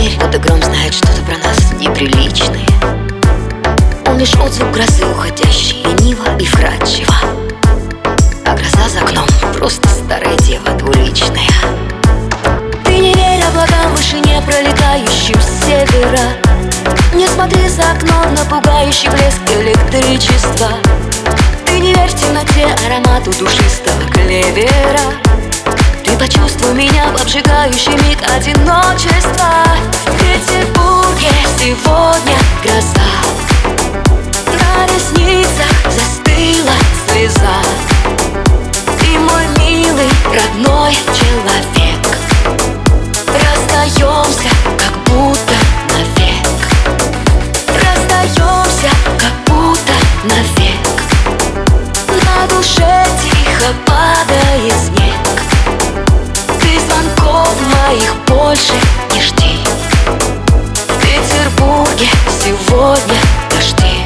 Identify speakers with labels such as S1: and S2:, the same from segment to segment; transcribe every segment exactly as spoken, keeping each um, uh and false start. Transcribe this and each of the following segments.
S1: дверь, будто гром знает что-то про нас неприличное. Он лишь отзвук грозы уходящей, лениво и вкрадчиво. А гроза за окном просто старая дева двуличная. Ты не верь облакам в вышине, пролетающим с севера. Не смотри за окном на пугающий блеск электричества. Ты не верь в темноте аромату душистого клевера. Ты почувствуй меня в обжигающий миг одиночества. В Петербурге сегодня гроза. На ресницах застыла слеза. Ты мой милый, родной человек. Расстаемся, как будто навек. Расстаемся, как будто навек. На душе тихо падает снег. Ты звонков моих больше не жди. В Петербурге сегодня дожди.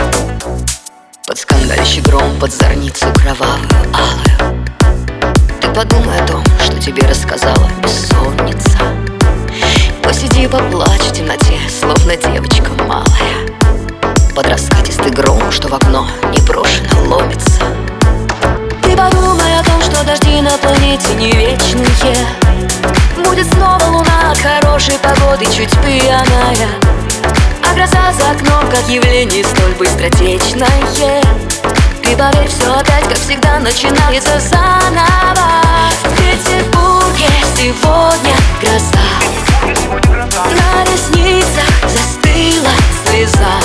S1: Под скандалящий гром, под зорницу кровавую алую. Ты подумай о том, что тебе рассказала бессонница. Посиди, поплачь в темноте, словно девочка малая. Под раскатистый гром, что в окно непрошено ломится. Ты подумай о том, что дожди на планете не вечные. Будет снова луна от хорошей погоды, чуть пьяная. А гроза за окном, как явление столь быстротечное. Ты поверь, все опять, как всегда, начинается заново. В Петербурге сегодня гроза. На ресницах застыла слеза.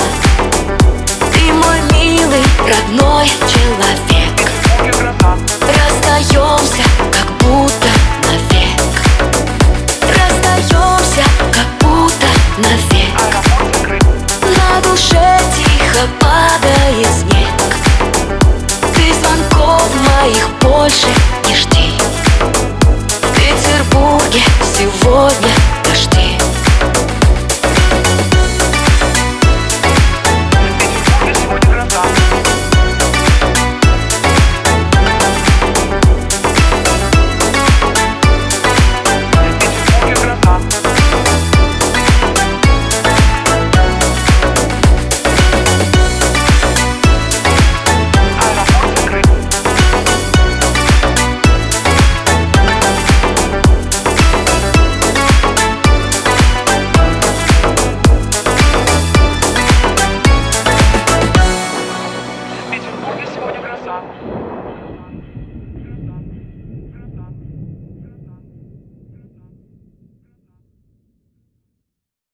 S1: Ты мой милый, родной человек. Расстаемся, как будто навек. Расстаемся, как будто навек. На душе тихо падает снег. Ты звонков моих больше